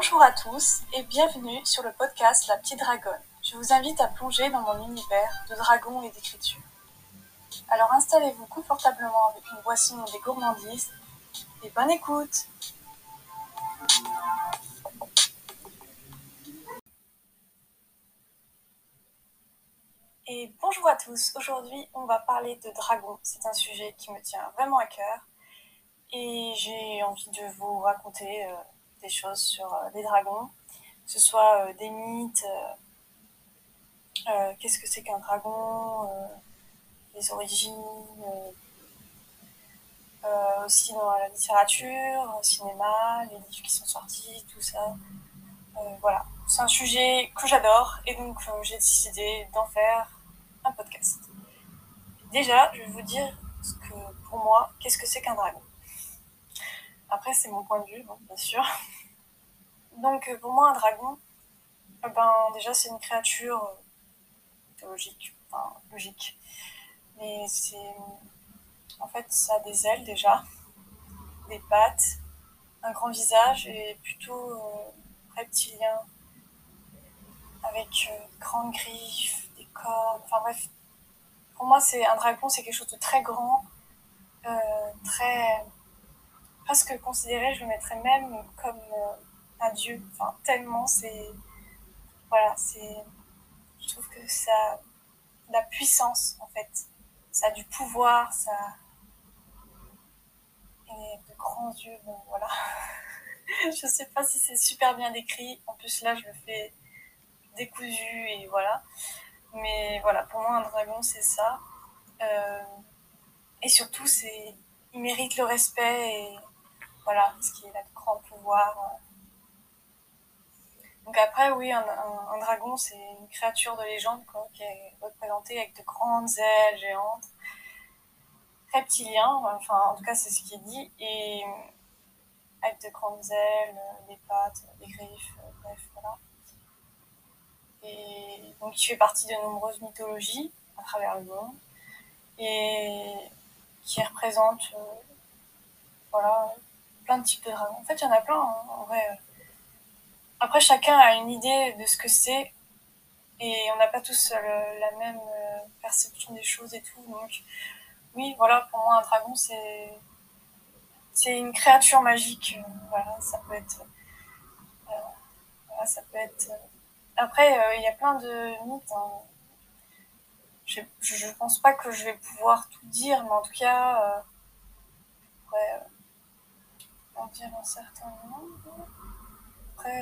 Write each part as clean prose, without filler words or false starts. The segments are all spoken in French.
Bonjour à tous et bienvenue sur le podcast La Petite Dragonne. Je vous invite à plonger dans mon univers de dragons et d'écriture. Alors installez-vous confortablement avec une boisson ou des gourmandises et bonne écoute. Et bonjour à tous, aujourd'hui on va parler de dragons. C'est un sujet qui me tient vraiment à cœur et j'ai envie de vous raconter des choses sur les dragons, que ce soit des mythes, qu'est-ce que c'est qu'un dragon, les origines, aussi dans la littérature, au cinéma, les livres qui sont sortis, tout ça. Voilà, c'est un sujet que j'adore et donc j'ai décidé d'en faire un podcast. Déjà, je vais vous dire ce que, pour moi, qu'est-ce que c'est qu'un dragon. Après, c'est mon point de vue, hein, bien sûr. Donc, pour moi, un dragon, déjà, c'est une créature mythologique, enfin, logique. Mais c'est... En fait, ça a des ailes, déjà, des pattes, un grand visage et plutôt reptilien, avec de grandes griffes, des cornes, enfin bref. Pour moi, c'est un dragon, c'est quelque chose de très grand, très presque considéré, je le mettrais même comme un dieu. Enfin, tellement c'est, voilà, c'est, je trouve que ça a de la puissance en fait, ça a du pouvoir, ça et de grands yeux. Bon, voilà. Je sais pas si c'est super bien décrit. En plus là, je le fais décousu et voilà. Mais voilà, pour moi, un dragon, c'est ça. Euh, et surtout, il mérite le respect et voilà, parce qu'il a de grands pouvoirs. Donc après, oui, un dragon, c'est une créature de légende quoi, qui est représentée avec de grandes ailes géantes, reptilien, enfin en tout cas c'est ce qui est dit, et avec de grandes ailes, des pattes, des griffes, bref, voilà. Et donc il fait partie de nombreuses mythologies à travers le monde, et qui représente voilà, plein de types de dragons. En fait, il y en a plein, hein, en vrai. Après, chacun a une idée de ce que c'est, et on n'a pas tous la même perception des choses et tout. Donc, oui, voilà, pour moi, un dragon, c'est une créature magique. Voilà, ça peut être. Voilà, ça peut être. Après, il y a plein de mythes. Hein. Je pense pas que je vais pouvoir tout dire, mais en tout cas, je pourrais en dire un certain nombre. Après,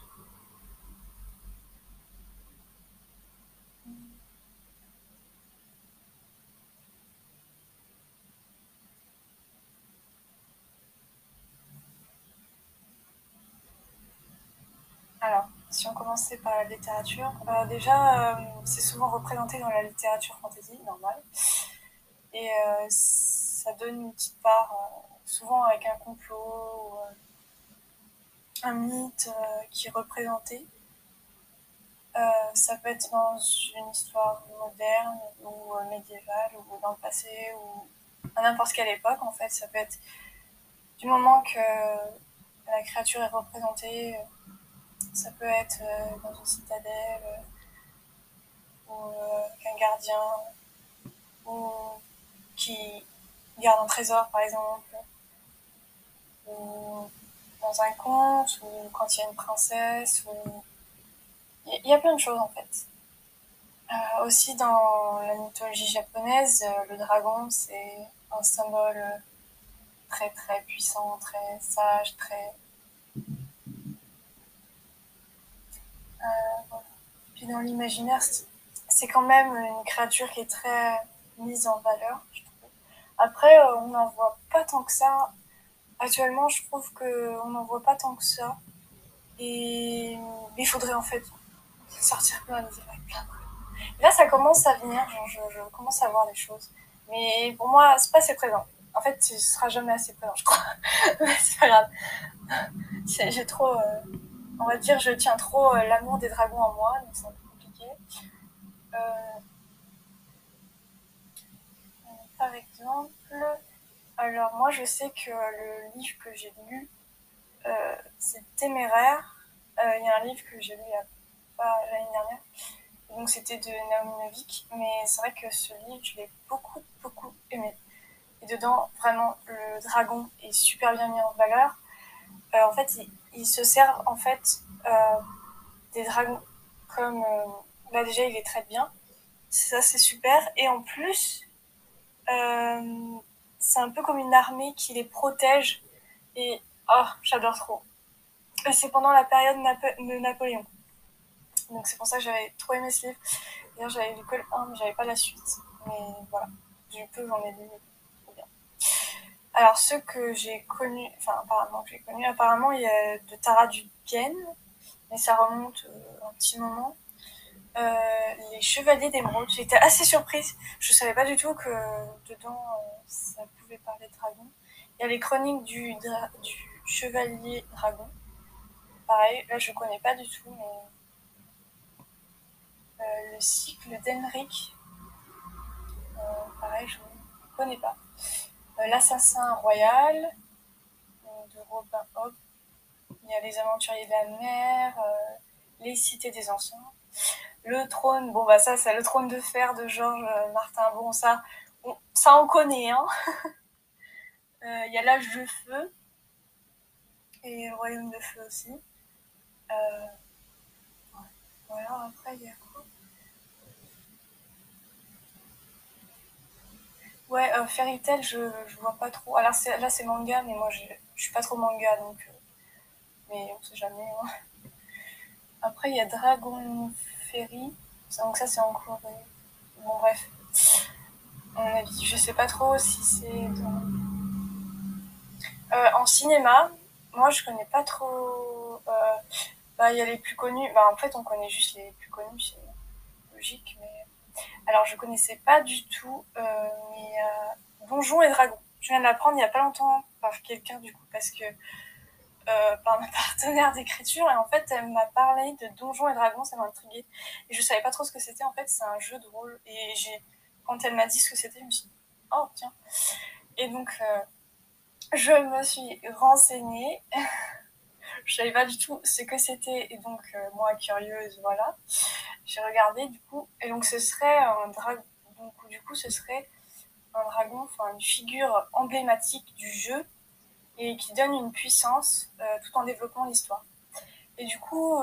alors, si on commençait par la littérature, déjà, c'est souvent représenté dans la littérature fantasy, normale. Et ça donne une petite part, souvent avec un complot ou un mythe qui est représenté. Ça peut être dans une histoire moderne ou médiévale ou dans le passé ou à n'importe quelle époque en fait. Ça peut être du moment que la créature est représentée, ça peut être dans une citadelle ou qu'un gardien ou qui garde un trésor par exemple ou dans un conte ou quand il y a une princesse ou il y a plein de choses en fait. Aussi dans la mythologie japonaise, le dragon c'est un symbole très très puissant, très sage, très. Voilà. Puis dans l'imaginaire, c'est quand même une créature qui est très mise en valeur, je trouve. Après, on n'en voit pas tant que ça. Actuellement, je trouve qu'on n'en voit pas tant que ça. Et il faudrait en fait sortir plein de livres avec plein de. Là, ça commence à venir, genre, je commence à voir des choses. Mais pour moi, c'est pas assez présent. En fait, ce sera jamais assez présent, je crois. Mais c'est pas grave. J'ai trop. On va dire, je tiens trop l'amour des dragons en moi, donc c'est un peu compliqué. Euh, Par exemple, alors moi, je sais que le livre que j'ai lu, c'est Téméraire. Il y a un livre que j'ai lu l'année dernière. Donc c'était de Naomi Novik, mais c'est vrai que ce livre, je l'ai beaucoup, beaucoup aimé. Et dedans, vraiment, le dragon est super bien mis en valeur. En fait, il se sert en fait des dragons comme... là déjà, il les traite bien. Ça, c'est super. Et en plus, c'est un peu comme une armée qui les protège. Et oh, j'adore trop. Et c'est pendant la période de Napoléon. Donc c'est pour ça que j'avais trop aimé ce livre. D'ailleurs, j'avais lu que le 1, mais j'avais pas la suite. Mais voilà, du peu, j'en ai lu. Trop bien. Alors, ceux que j'ai connus, enfin, apparemment, que j'ai connus, apparemment, il y a de Tara Duquesne, mais ça remonte un petit moment. Les Chevaliers d'Émeraude, j'étais assez surprise. Je savais pas du tout que dedans, ça pouvait parler de dragon. Il y a les Chroniques du Chevalier Dragon. Pareil, là, je connais pas du tout, mais le cycle d'Henrik, pareil, je ne connais pas. L'Assassin Royal, de Robin Hobb. Il y a Les Aventuriers de la Mer, Les Cités des Anciens. Le Trône, bon bah ça c'est le Trône de Fer de Georges Martin. Bon ça on connaît, hein. Il y a L'Âge de Feu et Le Royaume de Feu aussi. Voilà, après il y a quoi? Ouais, Fairy Tail, je vois pas trop. Alors là c'est manga, mais moi je suis pas trop manga, donc mais on sait jamais, hein. Après il y a Dragon Fairy, donc ça c'est en Corée. Bon bref, à mon avis, je sais pas trop si c'est dans... En cinéma, moi je connais pas trop. Bah, il y a les plus connus. Bah, en fait, on connaît juste les plus connus, c'est logique. Mais alors, je connaissais pas du tout. Mais Donjons et Dragons. Je viens de l'apprendre il y a pas longtemps par quelqu'un du coup, parce que par ma partenaire d'écriture, et en fait, elle m'a parlé de Donjons et Dragons, ça m'a intriguée. Et je savais pas trop ce que c'était. En fait, c'est un jeu de rôle. Et quand elle m'a dit ce que c'était, je me suis dit, oh tiens. Et donc, je me suis renseignée. Je savais pas du tout ce que c'était, et donc moi curieuse, voilà, j'ai regardé du coup, et donc ce serait un dragon, donc du coup ce serait un dragon, enfin une figure emblématique du jeu et qui donne une puissance tout en développant l'histoire. Et du coup,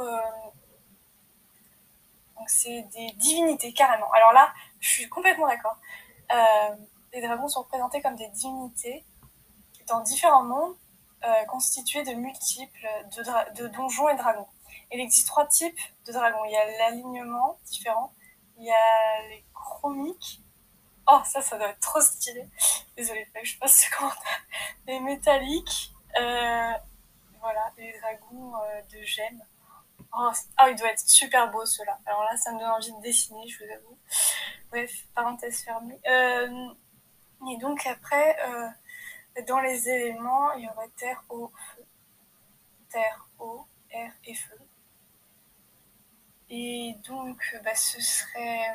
donc c'est des divinités carrément. Alors là, je suis complètement d'accord. Les dragons sont représentés comme des divinités dans différents mondes constitués de multiples de donjons et dragons. Il existe 3 types de dragons. Il y a l'alignement différent, il y a les chromiques. Oh, ça doit être trop stylé. Désolée, je passe ce commentaire. Les métalliques, voilà, les dragons de gemmes. Oh, il doit être super beau ceux-là. Alors là, ça me donne envie de dessiner, je vous avoue. Bref, parenthèse fermée. Et donc après, dans les éléments, il y aurait terre, eau, feu. Terre, eau, air et feu. Et donc, ce serait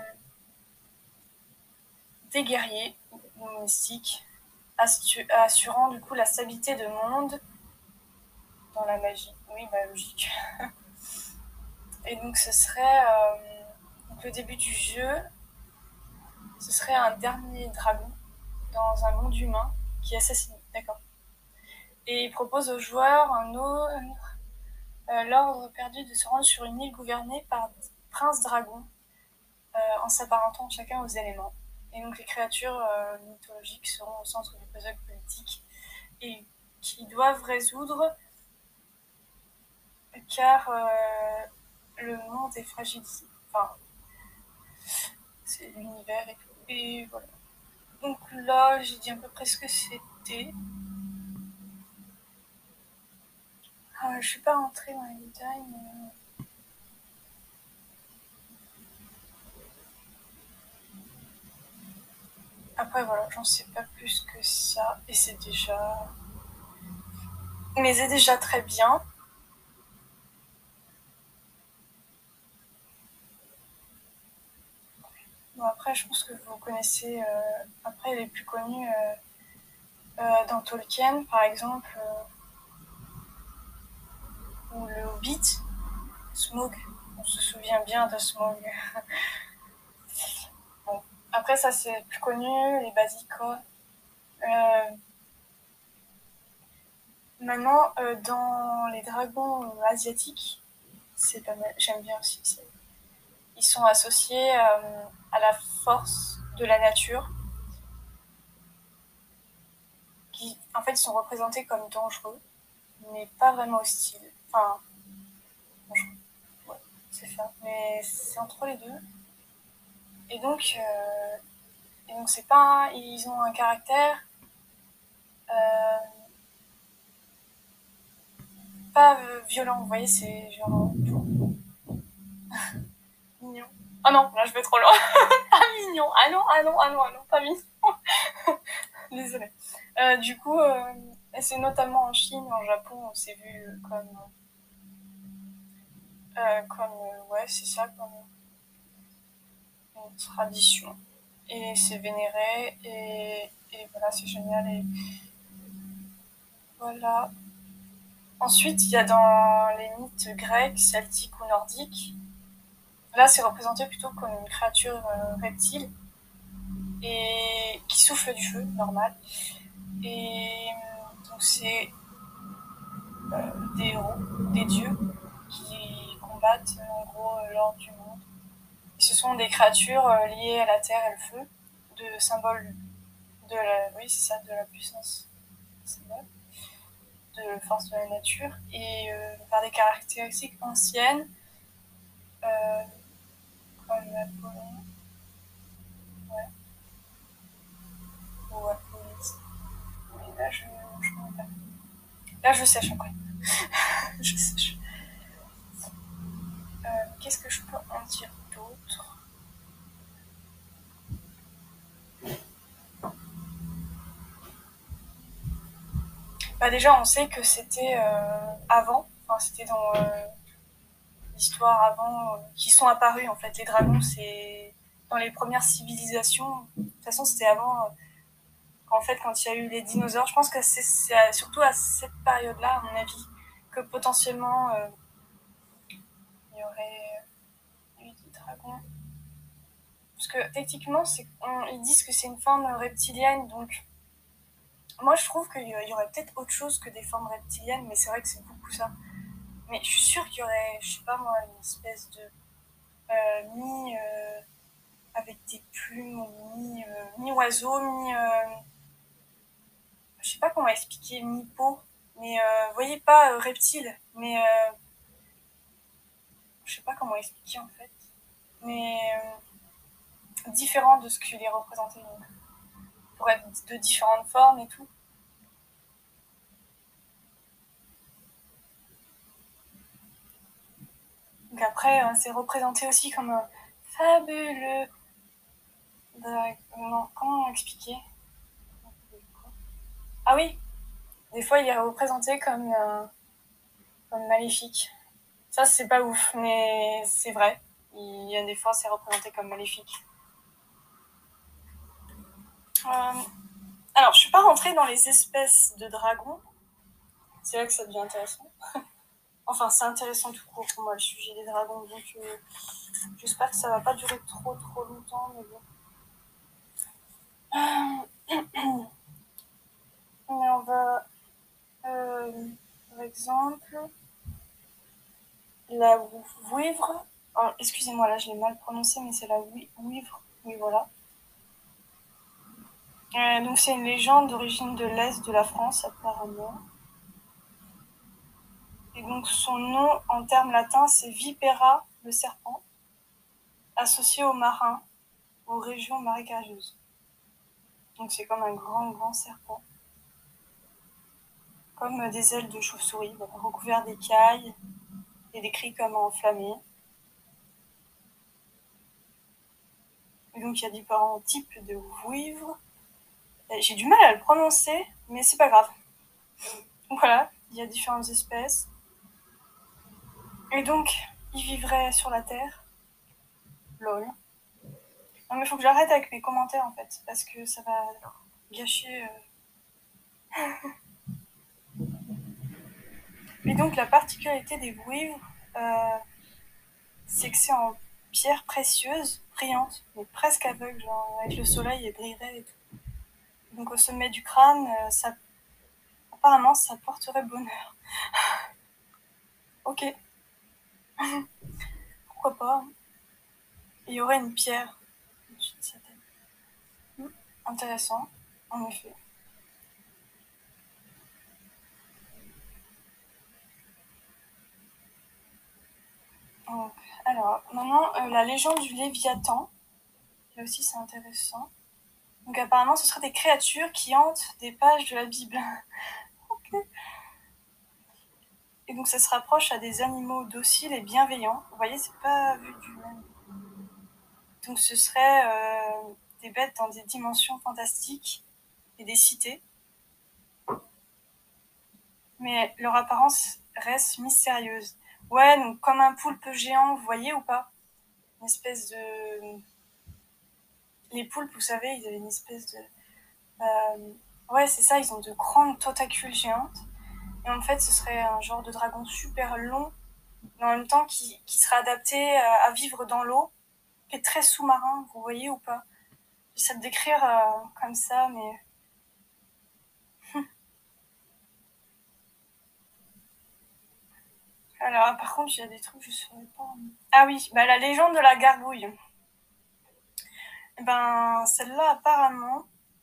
des guerriers mystiques, assurant du coup la stabilité de monde dans la magie. Oui, bah logique. Et donc, ce serait donc le début du jeu. Ce serait un dernier dragon dans un monde humain qui est assassiné. D'accord. Et il propose aux joueurs l'ordre perdu de se rendre sur une île gouvernée par prince dragon en s'apparentant chacun aux éléments. Et donc les créatures mythologiques seront au centre du puzzle politique et qui doivent résoudre car le monde est fragilisé. Enfin, c'est l'univers et tout. Et voilà. Donc là, j'ai dit à peu près ce que c'était. Je suis pas rentrée dans les détails, mais... Après, voilà, j'en sais pas plus que ça. Et c'est déjà... Mais c'est déjà très bien. Bon, après, je pense que vous connaissez... après, les plus connus... dans Tolkien, par exemple, ou le Hobbit. Smaug, on se souvient bien de Smaug. Bon. Après, ça c'est plus connu, les basiques quoi. Maintenant, dans les dragons asiatiques, c'est pas mal, j'aime bien aussi. Ils sont associés à la force de la nature. En fait, ils sont représentés comme dangereux, mais pas vraiment hostiles. Enfin, dangereux. Ouais, c'est ça. Mais c'est entre les deux. Et donc, c'est pas. Ils ont un caractère pas violent, vous voyez, c'est genre mignon. Ah non, là je vais trop loin. Pas mignon. Ah non, ah non, ah non, ah non, pas mignon. Désolée. Du coup, c'est notamment en Chine, en Japon, c'est vu ouais, c'est ça, comme une tradition. Et c'est vénéré, et voilà, c'est génial. Et voilà. Ensuite, il y a dans les mythes grecs, celtiques ou nordiques, là c'est représenté plutôt comme une créature reptile et qui souffle du feu, normal. Et donc c'est des héros, des dieux qui combattent en gros l'ordre du monde. Et ce sont des créatures liées à la terre et le feu, de symboles de la, oui c'est ça, de la puissance, de la force de la nature, et par des caractéristiques anciennes euh, comme Apollon, ouais, ou Apollon. Oui, là je m'en rappelle. Là je sèche après. Je sèche. Qu'est-ce que je peux en dire d'autre? Bah déjà, on sait que c'était avant, enfin c'était dans l'histoire avant, qui sont apparus en fait. Les dragons, c'est dans les premières civilisations. De toute façon, c'était avant, en fait, quand il y a eu les dinosaures. Je pense que c'est surtout à cette période-là, à mon avis, que potentiellement il y aurait eu des dragons. Parce que techniquement, ils disent que c'est une forme reptilienne, donc moi je trouve qu'il y aurait peut-être autre chose que des formes reptiliennes, mais c'est vrai que c'est beaucoup ça. Mais je suis sûre qu'il y aurait, je sais pas moi, une espèce de mi avec des plumes, mi-oiseau, je sais pas comment expliquer, mi-peau, mais vous voyez pas reptile, mais je sais pas comment expliquer en fait, mais différent de ce qu'il est représenté, donc, pour être de différentes formes et tout. Donc après, c'est représenté aussi comme fabuleux. Non, comment expliquer? Ah oui, des fois il est représenté comme maléfique. Ça, c'est pas ouf, mais c'est vrai. Il y a des fois, c'est représenté comme maléfique. Alors, je suis pas rentrée dans les espèces de dragons. C'est là que ça devient intéressant. Enfin, c'est intéressant tout court pour moi, le sujet des dragons. Donc, j'espère que ça va pas durer trop longtemps, mais bon. Mais on va, par exemple, la Wivre. Oh, excusez-moi, là, je l'ai mal prononcé, mais c'est la Wivre. Oui, voilà. Donc, c'est une légende d'origine de l'Est de la France, apparemment. Et donc, son nom, en termes latins, c'est Vipera, le serpent, associé aux marins, aux régions marécageuses. Donc, c'est comme un grand serpent. Comme des ailes de chauve-souris, recouvert d'écailles et décrit comme enflammé. Et donc, il y a différents types de vouivres. J'ai du mal à le prononcer, mais c'est pas grave. Donc voilà, il y a différentes espèces. Et donc, ils vivraient sur la Terre. Lol. Non, mais il faut que j'arrête avec mes commentaires, en fait, parce que ça va gâcher... Et donc, la particularité des vouivres, c'est que c'est en pierre précieuse, brillante, mais presque aveugle, genre avec le soleil et brillerait et tout. Donc au sommet du crâne, apparemment ça porterait bonheur. Ok, pourquoi pas. Il y aurait une pierre au-dessus de sa tête. Intéressant, en effet. Donc, alors, maintenant, la légende du Léviathan. Là aussi, c'est intéressant. Donc, apparemment, ce seraient des créatures qui hantent des pages de la Bible. Ok. Et donc, ça se rapproche à des animaux dociles et bienveillants. Vous voyez, c'est pas vu du même. Donc, ce serait des bêtes dans des dimensions fantastiques et des cités. Mais leur apparence reste mystérieuse. Ouais, donc comme un poulpe géant, vous voyez ou pas? Une espèce de... Les poulpes, vous savez, ils avaient une espèce de... Ouais, c'est ça, ils ont de grandes tentacules géantes. Et en fait, ce serait un genre de dragon super long, mais en même temps qui serait adapté à vivre dans l'eau, qui est très sous-marin, vous voyez ou pas? J'essaie de décrire comme ça, mais... Alors, par contre, il y a des trucs que je ne saurais pas. Ah oui, bah, la légende de la gargouille. Eh ben, celle-là, apparemment,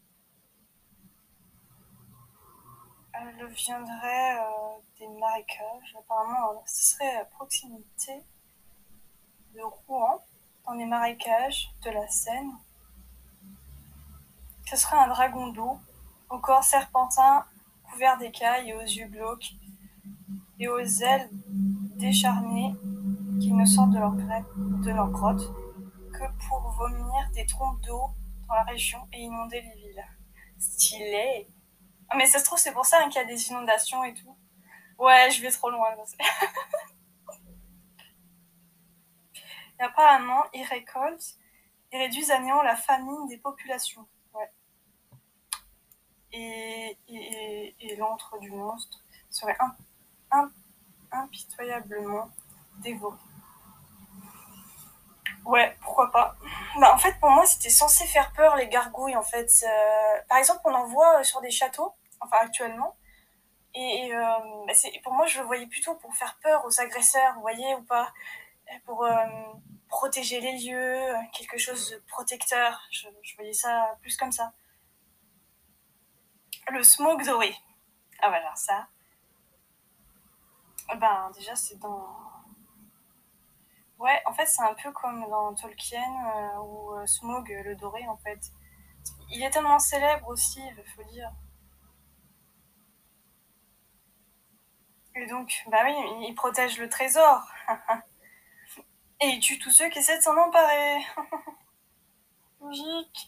elle viendrait des marécages. Apparemment, ce serait à proximité de Rouen, dans les marécages de la Seine. Ce serait un dragon d'eau, au corps serpentin, couvert d'écailles et aux yeux glauques, et aux ailes décharnées qui ne sortent de leur grotte que pour vomir des trompes d'eau dans la région et inonder les villes. Stylé. Ah mais ça se trouve c'est pour ça qu'il y a des inondations et tout. Ouais, je vais trop loin. Et apparemment, ils récoltent et réduisent à néant la famine des populations. Ouais. Et l'antre du monstre serait impitoyablement dévoré. Ouais, pourquoi pas. Bah, en fait, pour moi, c'était censé faire peur, les gargouilles, en fait. Par exemple, on en voit sur des châteaux, enfin actuellement. Bah, pour moi, je le voyais plutôt pour faire peur aux agresseurs, vous voyez, ou pas? Pour protéger les lieux, quelque chose de protecteur. Je voyais ça plus comme ça. Le smoke doré. Ah voilà, ça. Ben, déjà, c'est dans... Ouais, en fait, c'est un peu comme dans Tolkien ou Smaug, le doré, en fait. Il est tellement célèbre aussi, il faut dire. Et donc, bah oui, il protège le trésor. Et il tue tous ceux qui essaient de s'en emparer. Logique.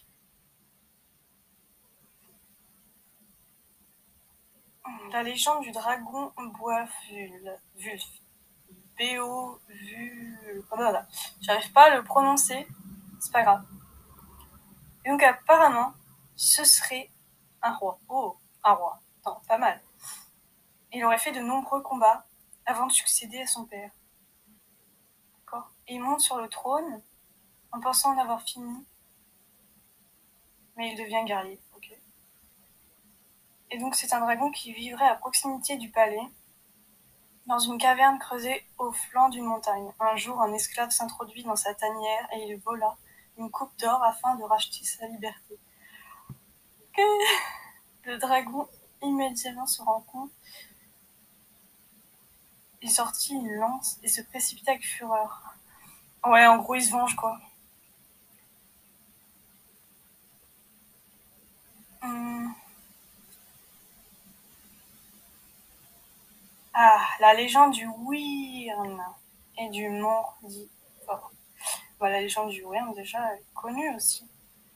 La légende du dragon Vulf. B-O-Vul... Voilà. J'arrive pas à le prononcer. C'est pas grave. Et donc, apparemment, ce serait un roi. Oh, un roi. Non, pas mal. Il aurait fait de nombreux combats avant de succéder à son père. D'accord. Et il monte sur le trône en pensant en avoir fini, mais il devient guerrier. Ok. Et donc c'est un dragon qui vivrait à proximité du palais, dans une caverne creusée au flanc d'une montagne. Un jour, un esclave s'introduit dans sa tanière et il vola une coupe d'or afin de racheter sa liberté. Ok. Le dragon immédiatement se rend compte. Il sortit une lance et se précipita avec fureur. Ouais, en gros, il se venge, quoi. Hum. Ah, la légende du Wyrm et du Mordifort. Bah, la légende du Wyrm, déjà, est connue aussi.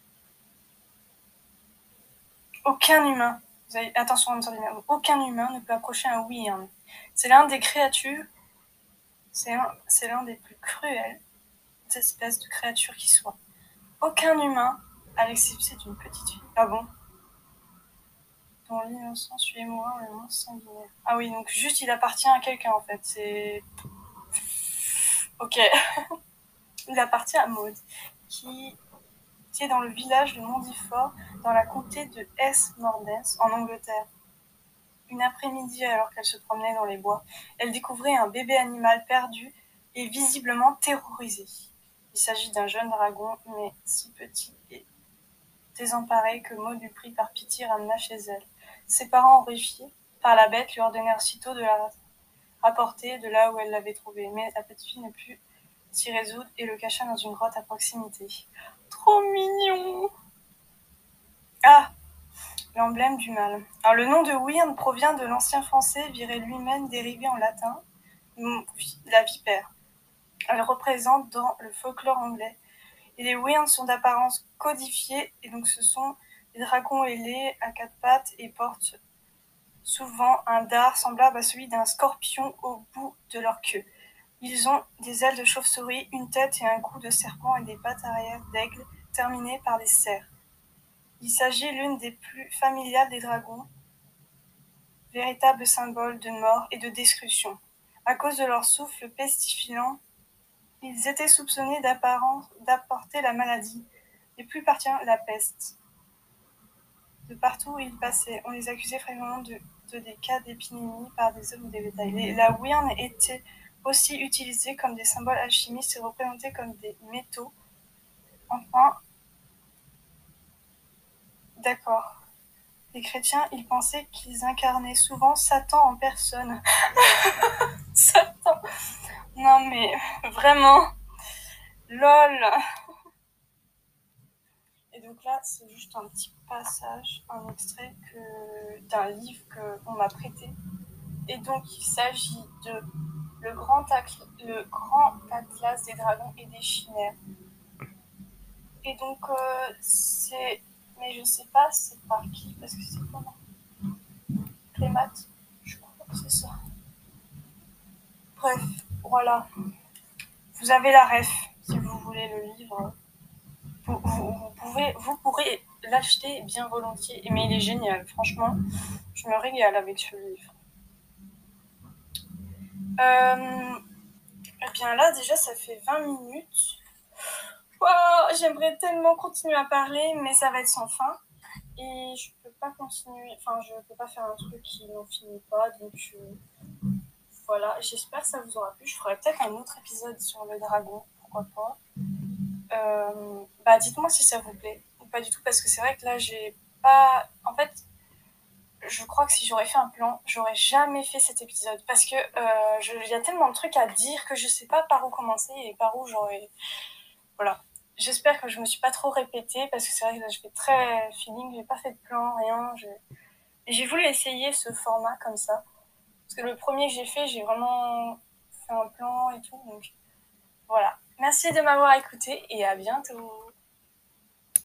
Aucun humain, vous avez, attention, aucun humain ne peut approcher un Wyrm. C'est l'un des créatures, c'est l'un des plus cruelles espèces de créatures qui soient. Aucun humain, à l'exception d'une petite fille. Ah bon? Dont l'innocence suit moi, le monstre sanguinaire. Ah oui, donc juste il appartient à quelqu'un en fait. C'est... Ok. Il appartient à Maud, qui est dans le village de Mondifort, dans la comté de Hesse-Mordens, en Angleterre. Une après-midi, alors qu'elle se promenait dans les bois, elle découvrit un bébé animal perdu et visiblement terrorisé. Il s'agit d'un jeune dragon, mais si petit et désemparé que Maud lui prit par pitié et ramena chez elle. Ses parents, horrifiés par la bête, lui ordonnèrent sitôt de la rapporter de là où elle l'avait trouvé. Mais la petite fille ne put s'y résoudre et le cacha dans une grotte à proximité. Trop mignon! Ah! L'emblème du mal. Alors, le nom de Wyrn provient de l'ancien français viré lui-même dérivé en latin, la vipère. Elle représente dans le folklore anglais. Et les Wyrns sont d'apparence codifiée, et donc ce sont des dragons ailés à quatre pattes et portent souvent un dard semblable à celui d'un scorpion au bout de leur queue. Ils ont des ailes de chauve-souris, une tête et un cou de serpent et des pattes arrière d'aigle terminées par des serres. Il s'agit l'une des plus familiales des dragons, véritable symbole de mort et de destruction. À cause de leur souffle pestilent, ils étaient soupçonnés d'apporter la maladie, et plus particulièrement la peste. De partout où ils passaient, on les accusait fréquemment de des cas d'épidémie par des hommes ou des bétails. La Wyrn était aussi utilisée comme des symboles alchimistes et représentée comme des métaux. Enfin, d'accord. Les chrétiens, ils pensaient qu'ils incarnaient souvent Satan en personne. Satan. Non mais, vraiment. LOL. Et donc là, c'est juste un petit passage, un extrait d'un livre qu'on m'a prêté. Et donc, il s'agit de le grand atlas des dragons et des chimères. Et donc, c'est... Mais je sais pas c'est par qui, parce que c'est comment Clémat, je crois que c'est ça. Bref, voilà. Vous avez la ref, si vous voulez le livre. Vous pourrez l'acheter bien volontiers. Mais il est génial, franchement. Je me régale avec ce livre. Eh bien là, déjà, ça fait 20 minutes. Wow, j'aimerais tellement continuer à parler, mais ça va être sans fin. Et je peux pas continuer, enfin, je peux pas faire un truc qui n'en finit pas. Donc voilà, j'espère que ça vous aura plu. Je ferai peut-être un autre épisode sur le dragon, pourquoi pas. Bah, dites-moi si ça vous plaît ou pas du tout, parce que c'est vrai que là, j'ai pas... En fait, je crois que si j'aurais fait un plan, j'aurais jamais fait cet épisode, parce que y a tellement de trucs à dire que je sais pas par où commencer et par où j'aurais... Voilà. J'espère que je me suis pas trop répétée, parce que c'est vrai que là, je fais très feeling, j'ai pas fait de plan, rien. Et j'ai voulu essayer ce format comme ça, parce que le premier que j'ai fait, j'ai vraiment fait un plan et tout, donc voilà. Merci de m'avoir écouté et à bientôt.